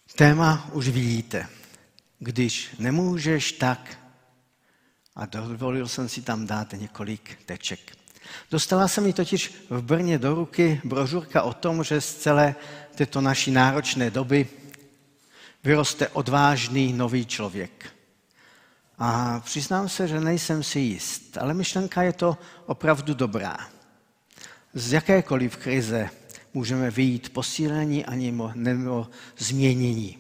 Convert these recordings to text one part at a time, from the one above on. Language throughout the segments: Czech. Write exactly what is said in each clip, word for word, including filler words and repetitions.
Téma už vidíte. Když nemůžeš, tak... A dovolil jsem si tam dát několik teček. Dostala se mi totiž v Brně do ruky brožurka o tom, že z celé této naší náročné doby vyroste odvážný nový člověk. A přiznám se, že nejsem si jist, ale myšlenka je to opravdu dobrá. Z jakékoliv krize můžeme vyjít posílení nebo změnění.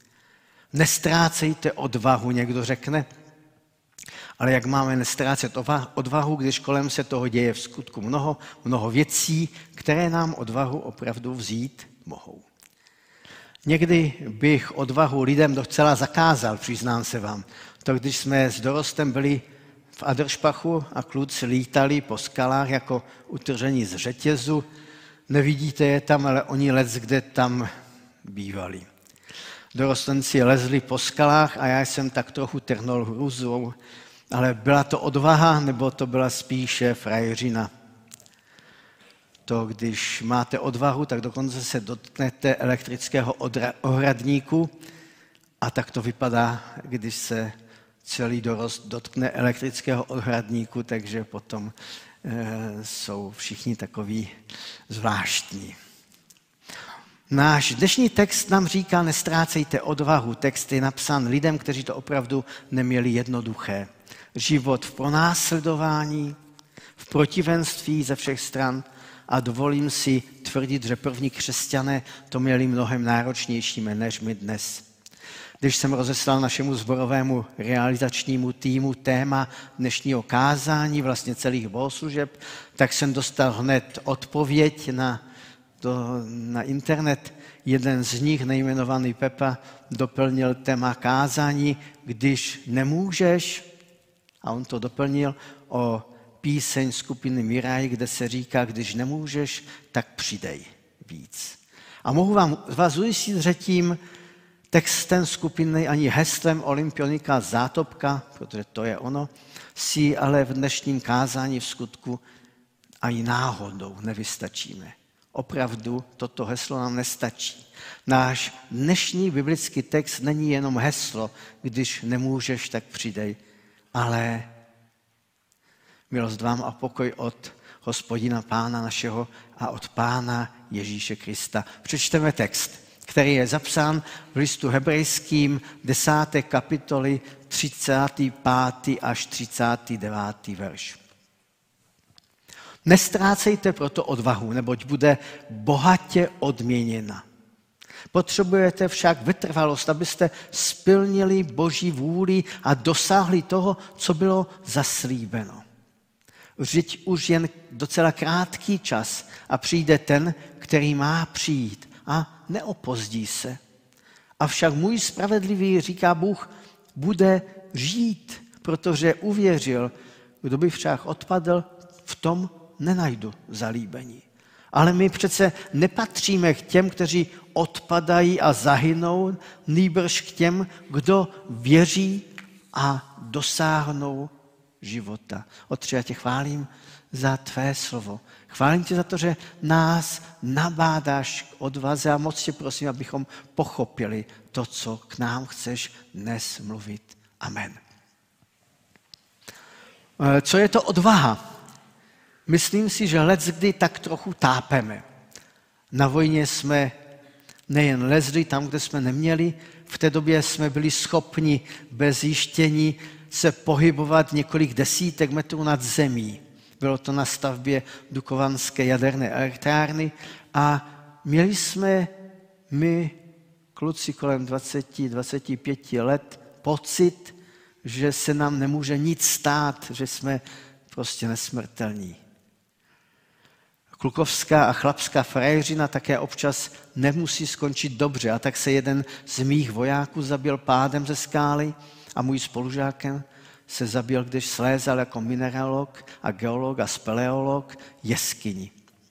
Nestrácejte odvahu, někdo řekne, ale jak máme nestrácet odvahu, když kolem se toho děje v skutku mnoho, mnoho věcí, které nám odvahu opravdu vzít mohou. Někdy bych odvahu lidem docela zakázal, přiznám se vám. To, když jsme s dorostem byli v Adršpachu a kluci lítali po skalách jako utržení z řetězu, nevidíte je tam, ale oni leckde tam bývali. Dorostenci lezli po skalách a já jsem tak trochu trhnul hrůzou, ale byla to odvaha, nebo to byla spíše frajeřina. To, když máte odvahu, tak dokonce se dotknete elektrického ohradníku a tak to vypadá, když se celý dorost dotkne elektrického ohradníku, takže potom e, jsou všichni takoví zvláštní. Náš dnešní text nám říká, nestrácejte odvahu. Text je napsán lidem, kteří to opravdu neměli jednoduché. Život v pronásledování, v protivenství ze všech stran a dovolím si tvrdit, že první křesťané to měli mnohem náročnější než my dnes. Když jsem rozeslal našemu sborovému realizačnímu týmu téma dnešního kázání, vlastně celých bohoslužeb, tak jsem dostal hned odpověď na, do, na internet. Jeden z nich, nejmenovaný Pepa, doplnil téma kázání, když nemůžeš, a on to doplnil o píseň skupiny Miraj, kde se říká, když nemůžeš, tak přidej víc. A mohu vám, vás ujistit, že tím textem skupiny ani heslem Olympionika Zátopka, protože to je ono, si ale v dnešním kázání v skutku ani náhodou nevystačíme. Opravdu toto heslo nám nestačí. Náš dnešní biblický text není jenom heslo, když nemůžeš, tak přidej, ale milost vám a pokoj od Hospodina Pána našeho a od Pána Ježíše Krista. Přečteme text, který je zapsán v listu hebrejským desáté kapitoly třicátý pátý až třicátý devátý verš. Nestrácejte proto odvahu, neboť bude bohatě odměněna. Potřebujete však vytrvalost, abyste splnili Boží vůli a dosáhli toho, co bylo zaslíbeno. Vždyť už jen docela krátký čas a přijde ten, který má přijít a neopozdí se. Avšak můj spravedlivý, říká Bůh, bude žít, protože uvěřil. Kdo by však odpadl, v tom nenajdu zalíbení. Ale my přece nepatříme k těm, kteří odpadají a zahynou, nýbrž k těm, kdo věří a dosáhnou života. Otče, já tě chválím za tvé slovo. Chválím tě za to, že nás nabádáš k odvaze a moc tě prosím, abychom pochopili to, co k nám chceš dnes mluvit. Amen. Co je to odvaha? Myslím si, že leckdy tak trochu tápeme. Na vojně jsme nejen lezli tam, kde jsme neměli, v té době jsme byli schopni bez jištění se pohybovat několik desítek metrů nad zemí. Bylo to na stavbě Dukovanské jaderné elektrárny a měli jsme my, kluci kolem dvacet až dvacet pět let, pocit, že se nám nemůže nic stát, že jsme prostě nesmrtelní. Klukovská a chlapská frajeřina také občas nemusí skončit dobře a tak se jeden z mých vojáků zabil pádem ze skály a můj spolužákem se zabil, když slézal jako mineralog a geolog a speleolog jeskyni.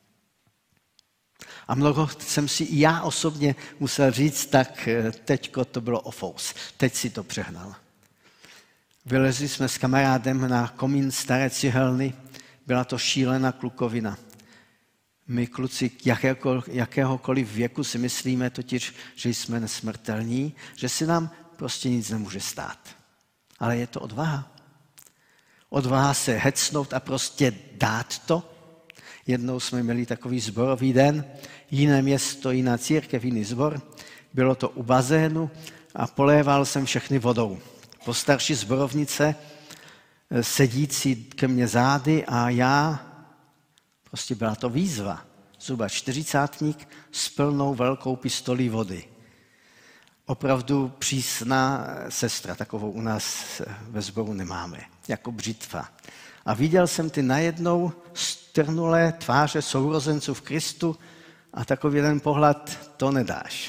A mnoho jsem si i já osobně musel říct, tak teďko to bylo ofous, teď si to přehnal. Vylezli jsme s kamarádem na komín staré cihelny, byla to šílená klukovina. My kluci jakéhokoliv, jakéhokoliv věku si myslíme totiž, že jsme nesmrtelní, že si nám prostě nic nemůže stát. Ale je to odvaha. Odvaha se hecnout a prostě dát to. Jednou jsme měli takový sborový den, jiné město, jiná církev, jiný sbor. Bylo to u bazénu a poléval jsem všechny vodou. Postarší zborovnice, sedící ke mně zády a já, prostě byla to výzva. Zhruba čtyřicátník s plnou velkou pistolí vody. Opravdu přísná sestra, takovou u nás ve sboru nemáme, jako břitva. A viděl jsem ty najednou strnulé tváře sourozenců v Kristu a takový jeden pohled, to nedáš.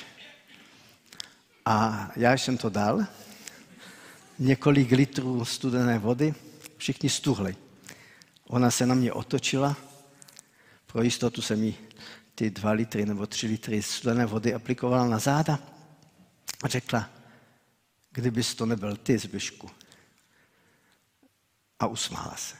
A já jsem to dal, několik litrů studené vody, všichni stuhli. Ona se na mě otočila, pro jistotu se mi ty dva litry nebo tři litry studené vody aplikovala na záda a řekla, kdybys to nebyl ty, Zbyšku. A usmála se.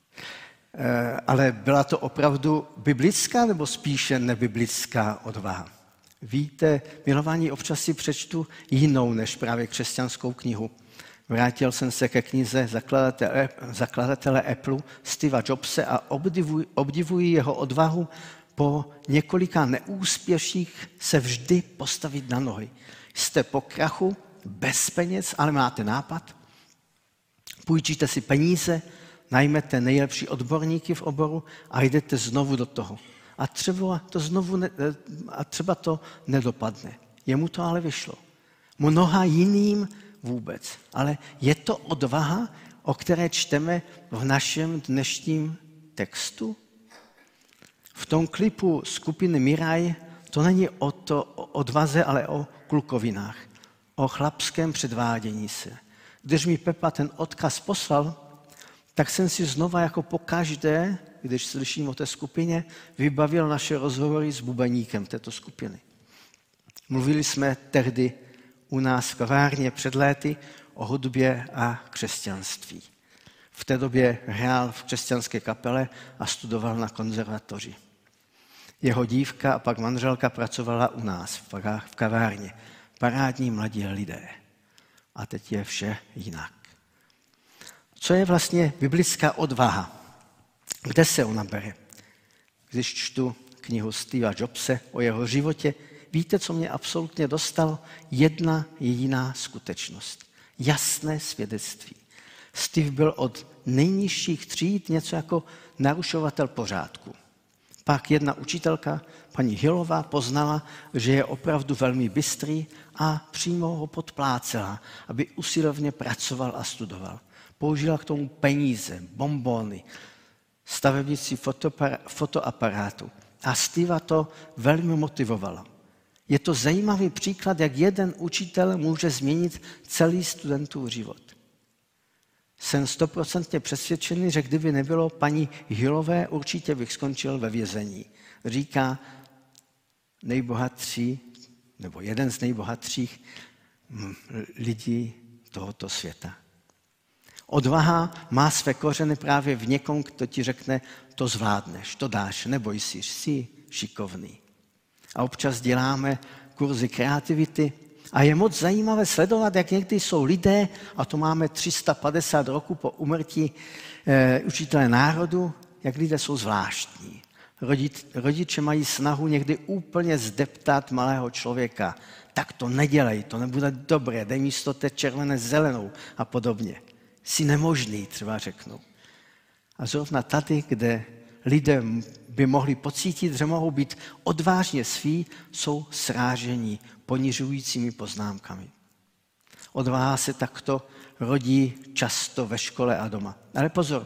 E, ale byla to opravdu biblická nebo spíše nebiblická odvaha? Víte, milovaní, občas si přečtu jinou než právě křesťanskou knihu. Vrátil jsem se ke knize zakladatele, zakladatele Apple, Steva Jobse a obdivuji, obdivuji jeho odvahu po několika neúspěších se vždy postavit na nohy. Jste po krachu, bez peněz, ale máte nápad. Půjčíte si peníze, najmete nejlepší odborníky v oboru a jdete znovu do toho. A třeba to, znovu ne, a třeba to nedopadne. Jemu to ale vyšlo. Mnoha jiným vůbec. Ale je to odvaha, o které čteme v našem dnešním textu? V tom klipu skupiny Miraj to není o to o odvaze, ale o klukovinách. O chlapském předvádění se. Když mi Pepa ten odkaz poslal, tak jsem si znova jako pokaždé, když slyším o té skupině, vybavil naše rozhovory s bubeníkem této skupiny. Mluvili jsme tehdy u nás v kavárně před léty o hudbě a křesťanství. V té době hrál v křesťanské kapele a studoval na konzervatoři. Jeho dívka a pak manželka pracovala u nás v kavárně. Parádní mladí lidé. A teď je vše jinak. Co je vlastně biblická odvaha? Kde se ona bere? Když čtu knihu Steva Jobse o jeho životě, víte, co mě absolutně dostalo? Jedna jediná skutečnost. Jasné svědectví. Steve byl od nejnižších tříd něco jako narušovatel pořádku. Pak jedna učitelka, paní Hillová, poznala, že je opravdu velmi bystrý a přímo ho podplácela, aby usilovně pracoval a studoval. Použila k tomu peníze, bonbony, stavebnici fotoaparátu. A Steva to velmi motivovalo. Je to zajímavý příklad, jak jeden učitel může změnit celý studentův život. Jsem stoprocentně přesvědčený, že kdyby nebylo paní Hillové, určitě bych skončil ve vězení. Říká nejbohatší, nebo jeden z nejbohatších lidí tohoto světa. Odvaha má své kořeny právě v někom, kdo ti řekne, to zvládneš, to dáš, neboj si, jsi šikovný. A občas děláme kurzy kreativity a je moc zajímavé sledovat, jak někdy jsou lidé, a to máme tři sta padesát roků po úmrtí e, učitele národu, jak lidé jsou zvláštní. Rodič, rodiče mají snahu někdy úplně zdeptat malého člověka. Tak to nedělej, to nebude dobré, dej místo té červené zelenou a podobně. Jsi nemožný, třeba řeknou. A zrovna tady, kde lidé by mohli pocítit, že mohou být odvážně sví, jsou srážení ponižujícími poznámkami. Odvaha se takto rodí často ve škole a doma. Ale pozor,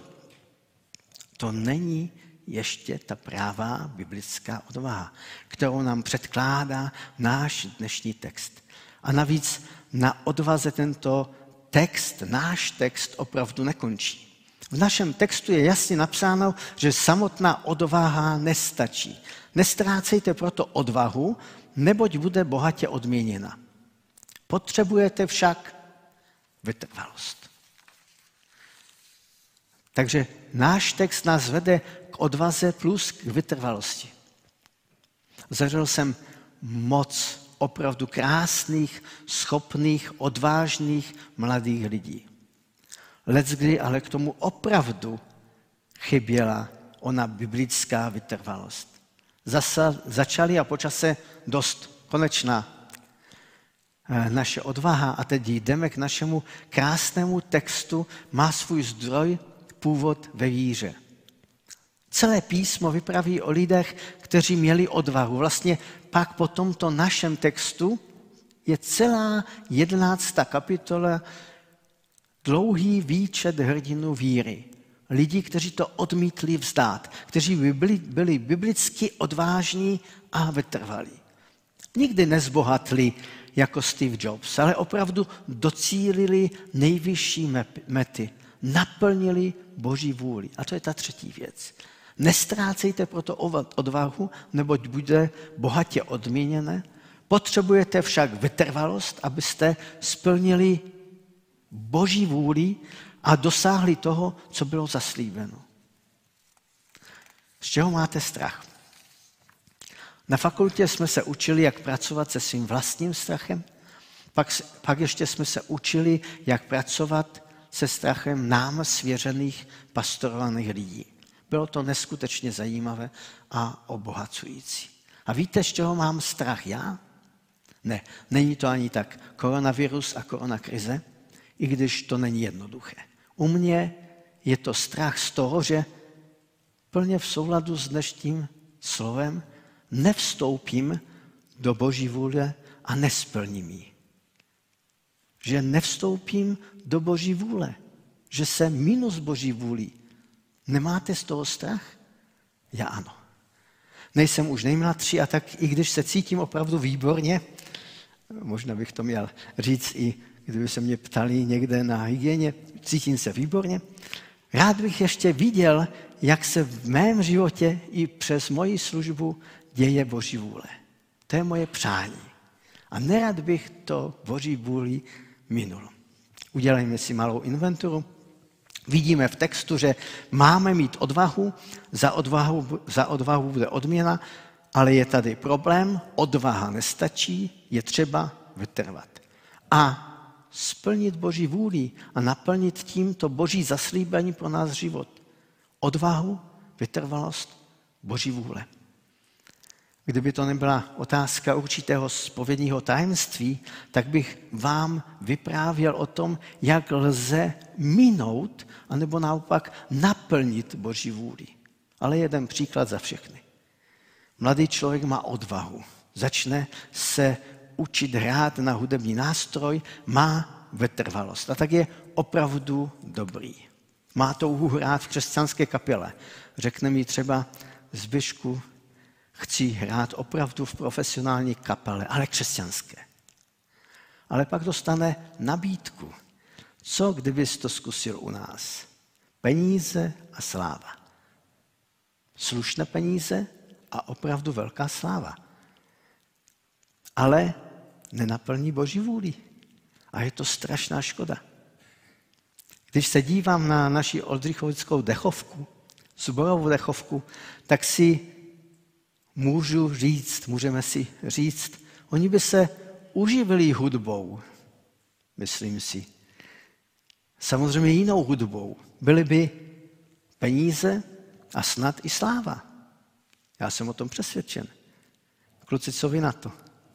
to není ještě ta prává biblická odvaha, kterou nám předkládá náš dnešní text. A navíc na odvaze tento text, náš text opravdu nekončí. V našem textu je jasně napsáno, že samotná odvaha nestačí. Nestrácejte proto odvahu, neboť bude bohatě odměněna. Potřebujete však vytrvalost. Takže náš text nás vede k odvaze plus k vytrvalosti. Zažil jsem moc opravdu krásných, schopných, odvážných mladých lidí. Leckdy ale k tomu opravdu chyběla ona biblická vytrvalost. Zasa, začali a po čase dost konečná naše odvaha a teď jdeme k našemu krásnému textu, má svůj zdroj, původ ve víře. Celé písmo vypraví o lidech, kteří měli odvahu. Vlastně pak po tomto našem textu je celá jedenáctá kapitola dlouhý výčet hrdinů víry. Lidí, kteří to odmítli vzdát, kteří by byli, byli biblicky odvážní a vytrvalí. Nikdy nezbohatli jako Steve Jobs, ale opravdu docílili nejvyšší mety. Naplnili Boží vůli. A to je ta třetí věc. Nestrácejte proto odvahu, neboť bude bohatě odměněné. Potřebujete však vytrvalost, abyste splnili Boží vůli a dosáhli toho, co bylo zaslíbeno. Z čeho máte strach? Na fakultě jsme se učili, jak pracovat se svým vlastním strachem, pak, pak ještě jsme se učili, jak pracovat se strachem nám svěřených pastorovaných lidí. Bylo to neskutečně zajímavé a obohacující. A víte, z čeho mám strach já? Ne, není to ani tak koronavirus a koronakrize, i když to není jednoduché. U mě je to strach z toho, že plně v souladu s dnešním slovem nevstoupím do Boží vůle a nesplním ji. Že nevstoupím do Boží vůle, že se minus Boží vůli. Nemáte z toho strach? Já ano. Nejsem už nejmladší a tak i když se cítím opravdu výborně, možná bych to měl říct i kdyby se mě ptali někde na hygieně, cítím se výborně. Rád bych ještě viděl, jak se v mém životě i přes moji službu děje Boží vůle. To je moje přání. A nerad bych to Boží vůli minul. Udělejme si malou inventuru. Vidíme v textu, že máme mít odvahu, za odvahu, za odvahu bude odměna, ale je tady problém, odvaha nestačí, je třeba vytrvat. A splnit Boží vůli a naplnit tímto Boží zaslíbení pro nás život. Odvahu, vytrvalost, Boží vůle. Kdyby to nebyla otázka určitého zpovědního tajemství, tak bych vám vyprávěl o tom, jak lze minout, anebo naopak naplnit Boží vůli. Ale jeden příklad za všechny. Mladý člověk má odvahu, začne se učit hrát na hudební nástroj, má vytrvalost. A tak je opravdu dobrý. Má touhu hrát v křesťanské kapele. Řekne mi třeba Zbyšku, chci hrát opravdu v profesionální kapele, ale křesťanské. Ale pak dostane nabídku. Co kdybys to zkusil u nás? Peníze a sláva. Slušné peníze a opravdu velká sláva. Ale nenaplní Boží vůli. A je to strašná škoda. Když se dívám na naši oldřichovickou dechovku, suborovou dechovku, tak si můžu říct, můžeme si říct, oni by se uživili hudbou, myslím si. Samozřejmě jinou hudbou. Byly by peníze a snad i sláva. Já jsem o tom přesvědčen. Kluci, co vy na to?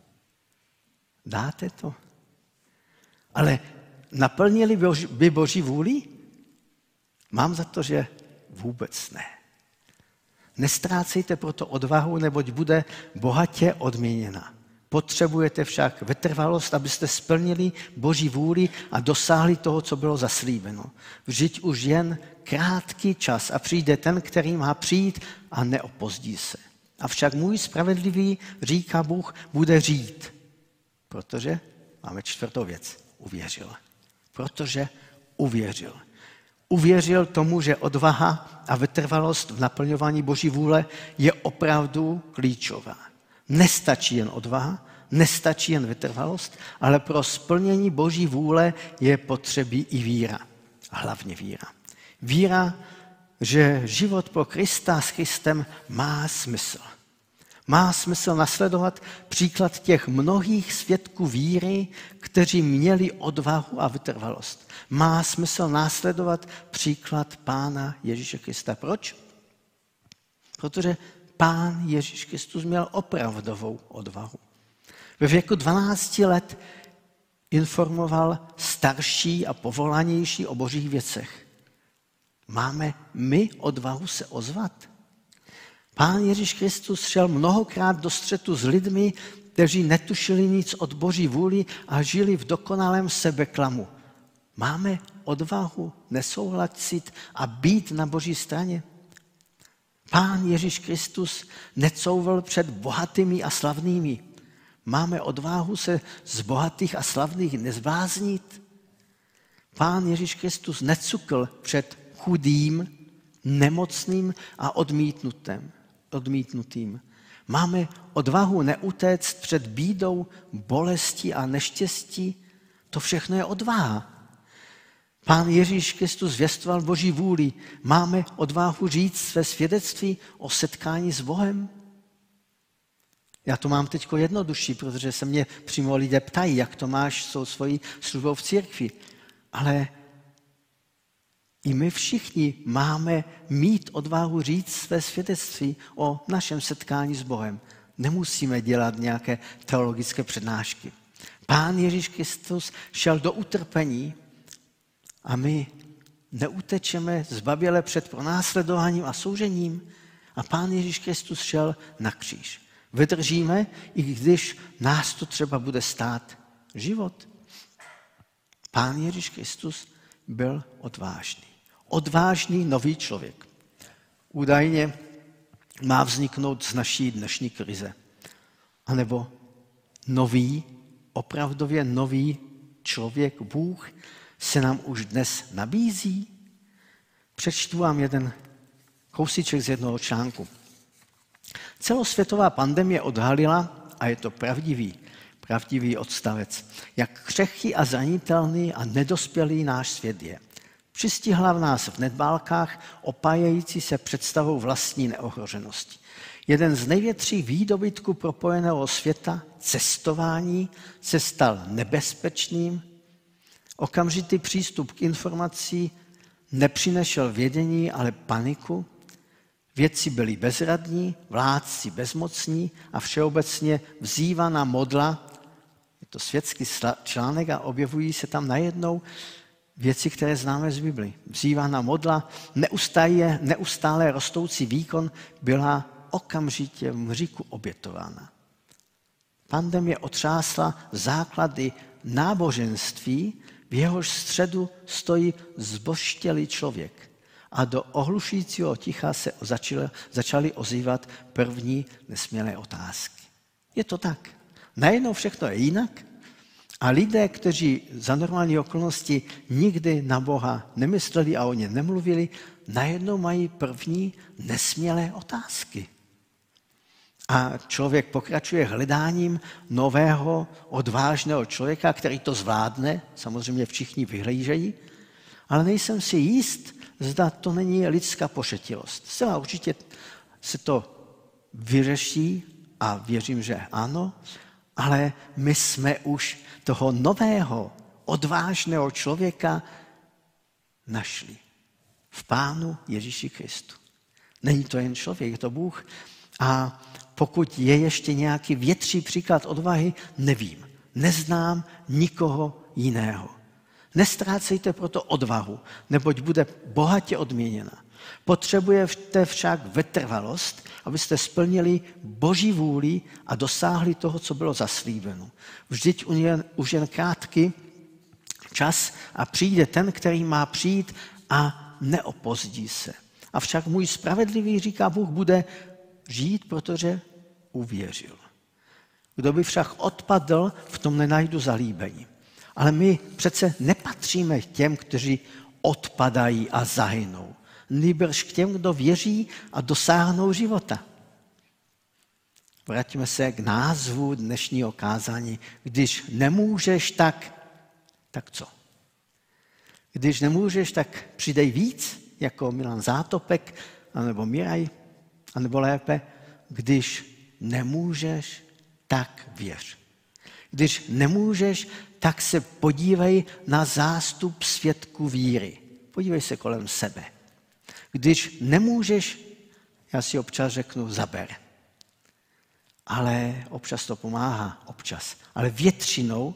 Dáte to? Ale naplnili by Boží vůli? Mám za to, že vůbec ne. Nestrácejte proto odvahu, neboť bude bohatě odměněna. Potřebujete však vytrvalost, abyste splnili Boží vůli a dosáhli toho, co bylo zaslíbeno. Vždyť už jen krátký čas a přijde ten, který má přijít a neopozdí se. Avšak můj spravedlivý, říká Bůh, bude žít. Protože máme čtvrtou věc. Uvěřil. Protože uvěřil. Uvěřil tomu, že odvaha a vytrvalost v naplňování Boží vůle je opravdu klíčová. Nestačí jen odvaha, nestačí jen vytrvalost, ale pro splnění Boží vůle je potřebí i víra. Hlavně víra. Víra, že život pro Krista s Kristem má smysl. Má smysl nasledovat příklad těch mnohých svědků víry, kteří měli odvahu a vytrvalost. Má smysl následovat příklad Pána Ježíše Krista. Proč? Protože Pán Ježíš Kristus měl opravdovou odvahu. Ve věku dvanácti let informoval starší a povolanější o božích věcech. Máme my odvahu se ozvat? Pán Ježíš Kristus šel mnohokrát do střetu s lidmi, kteří netušili nic od boží vůli a žili v dokonalém sebeklamu. Máme odvahu nesouhlasit a být na boží straně? Pán Ježíš Kristus necouval před bohatými a slavnými. Máme odvahu se z bohatých a slavných nezbláznit? Pán Ježíš Kristus necukl před chudým, nemocným a odmítnutým. odmítnutým. Máme odvahu neutéct před bídou, bolestí a neštěstí? To všechno je odvaha. Pán Ježíš Kristus zvěstoval boží vůli. Máme odvahu říct své svědectví o setkání s Bohem? Já to mám teď jednodušší, protože se mě přímo lidé ptají, jak to máš s svojí službou v církvi. Ale i my všichni máme mít odvahu říct své svědectví o našem setkání s Bohem. Nemusíme dělat nějaké teologické přednášky. Pán Ježíš Kristus šel do utrpení a my neutečeme zbaběle před pronásledováním a soužením. A Pán Ježíš Kristus šel na kříž. Vydržíme, i když nás to třeba bude stát život. Pán Ježíš Kristus byl odvážný. Odvážný nový člověk. Údajně má vzniknout z naší dnešní krize. A nebo nový, opravdově nový člověk, Bůh, se nám už dnes nabízí. Přečtu vám jeden kousíček z jednoho článku. Celosvětová pandemie odhalila, a je to pravdivý, pravdivý odstavec, jak křehký a zranitelný a nedospělý náš svět je. Přistihla v nás v nedbálkách opájející se představou vlastní neohroženosti. Jeden z největších výdobytků propojeného světa, cestování, se stal nebezpečným. Okamžitý přístup k informací nepřinešel vědění, ale paniku. Vědci byli bezradní, vládci bezmocní a všeobecně vzývaná modla, je to světský článek a objevují se tam najednou věci, které známe z Bibli. Vzývaná modla, neustále, neustále rostoucí výkon byla okamžitě v mříku obětována. Pandemie otřásla základy náboženství, v jehož středu stojí zbožštělý člověk. A do ohlušujícího ticha se začaly, začaly ozývat první nesmělé otázky. Je to tak. Najednou všechno je jinak a lidé, kteří za normální okolnosti nikdy na Boha nemysleli a o ně nemluvili, najednou mají první nesmělé otázky. A člověk pokračuje hledáním nového, odvážného člověka, který to zvládne, samozřejmě všichni vyhlížejí, ale nejsem si jist, zda to není lidská pošetilost. Zcela určitě se to vyřeší a věřím, že ano, ale my jsme už toho nového, odvážného člověka našli v Pánu Ježíši Kristu. Není to jen člověk, je to Bůh. A pokud je ještě nějaký větší příklad odvahy, nevím. Neznám nikoho jiného. Nestrácejte proto odvahu, neboť bude bohatě odměněna. Potřebujete však vytrvalost, abyste splnili Boží vůli a dosáhli toho, co bylo zaslíbeno. Vždyť už jen krátký čas a přijde ten, který má přijít a neopozdí se. Avšak můj spravedlivý, říká Bůh, bude žít, protože uvěřil. Kdo by však odpadl, v tom nenajdu zalíbení. Ale my přece nepatříme k těm, kteří odpadají a zahynou. Nýbrž k těm, kdo věří a dosáhnou života. Vraťme se k názvu dnešního kázání. Když nemůžeš, tak, tak co? Když nemůžeš, tak přidej víc, jako Milan Zátopek, anebo Miraj, anebo lépe, když nemůžeš, tak věř. Když nemůžeš, tak se podívej na zástup svědků víry. Podívej se kolem sebe. Když nemůžeš, já si občas řeknu, zaber. Ale občas to pomáhá, občas. Ale většinou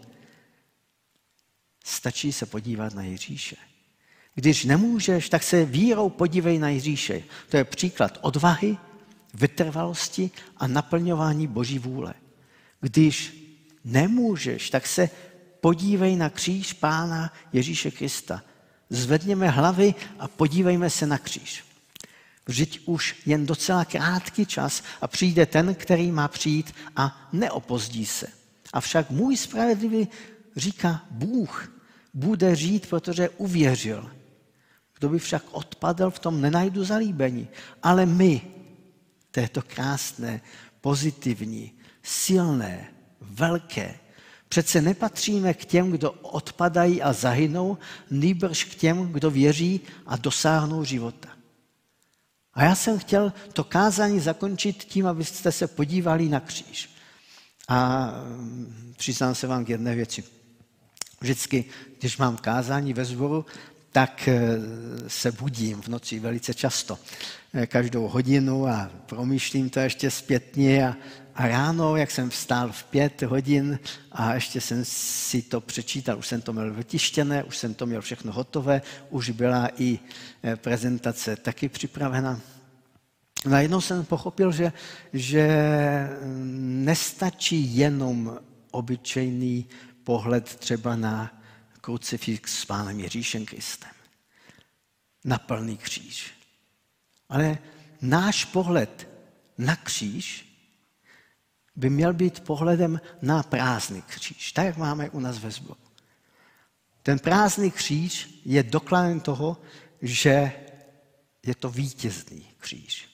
stačí se podívat na Ježíše. Když nemůžeš, tak se vírou podívej na Ježíše. To je příklad odvahy, vytrvalosti a naplňování Boží vůle. Když nemůžeš, tak se podívej na kříž Pána Ježíše Krista. Zvedněme hlavy a podívejme se na kříž. Vždyť už jen docela krátký čas a přijde ten, který má přijít a neopozdí se. Avšak můj spravedlivý, říká Bůh, bude žít, protože uvěřil. Kdo by však odpadl, v tom nenajdu zalíbení. Ale my, této krásné, pozitivní, silné, velké, přece nepatříme k těm, kdo odpadají a zahynou, nýbrž k těm, kdo věří a dosáhnou života. A já jsem chtěl to kázání zakončit tím, abyste se podívali na kříž. A přiznám se vám k jedné věci. Vždycky, když mám kázání ve sboru, tak se budím v noci velice často. Každou hodinu a promýšlím to ještě zpětně a, a ráno, jak jsem vstál v pět hodin a ještě jsem si to přečítal, už jsem to měl vytištěné, už jsem to měl všechno hotové, už byla i prezentace taky připravena. Najednou jsem pochopil, že, že nestačí jenom obyčejný pohled třeba na krucifix s Pánem Ježíšem Kristem, na plný kříž. Ale náš pohled na kříž by měl být pohledem na prázdný kříž, tak jak máme u nás ve sboru. Ten prázdný kříž je dokladem toho, že je to vítězný kříž.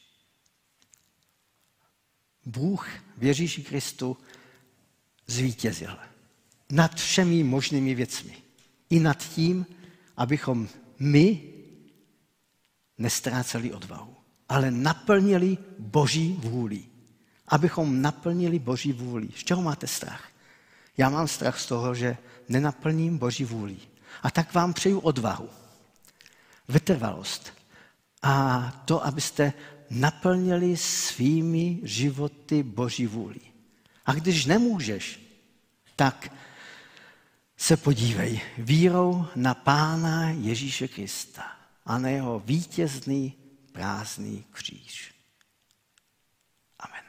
Bůh v Ježíši Kristu zvítězil nad všemi možnými věcmi. I nad tím, abychom my nestráceli odvahu, ale naplnili Boží vůli. Abychom naplnili Boží vůli. Z čeho máte strach? Já mám strach z toho, že nenaplním Boží vůli. A tak vám přeju odvahu, vytrvalost a to, abyste naplnili svými životy Boží vůli. A když nemůžeš, tak se podívej vírou na Pána Ježíše Krista a na jeho vítězný prázdný kříž. Amen.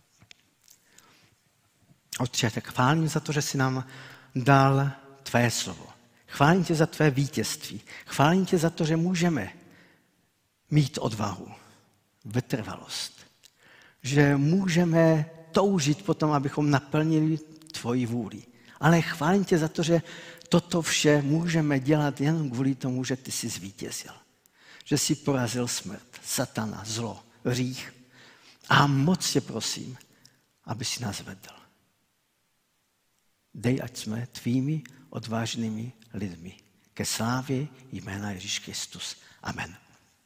Otče, tak chválím za to, že jsi nám dal tvé slovo. Chválím tě za tvé vítězství. Chválím tě za to, že můžeme mít odvahu, vytrvalost. Že můžeme toužit potom, abychom naplnili tvoji vůli. Ale chválím tě za to, že toto vše můžeme dělat jen kvůli tomu, že ty jsi zvítězil. Že jsi porazil smrt, satana, zlo, hřích. A moc tě prosím, aby si nás vedl. Dej, ať jsme tvými odvážnými lidmi. Ke slávě jména Ježíš Kristus. Amen.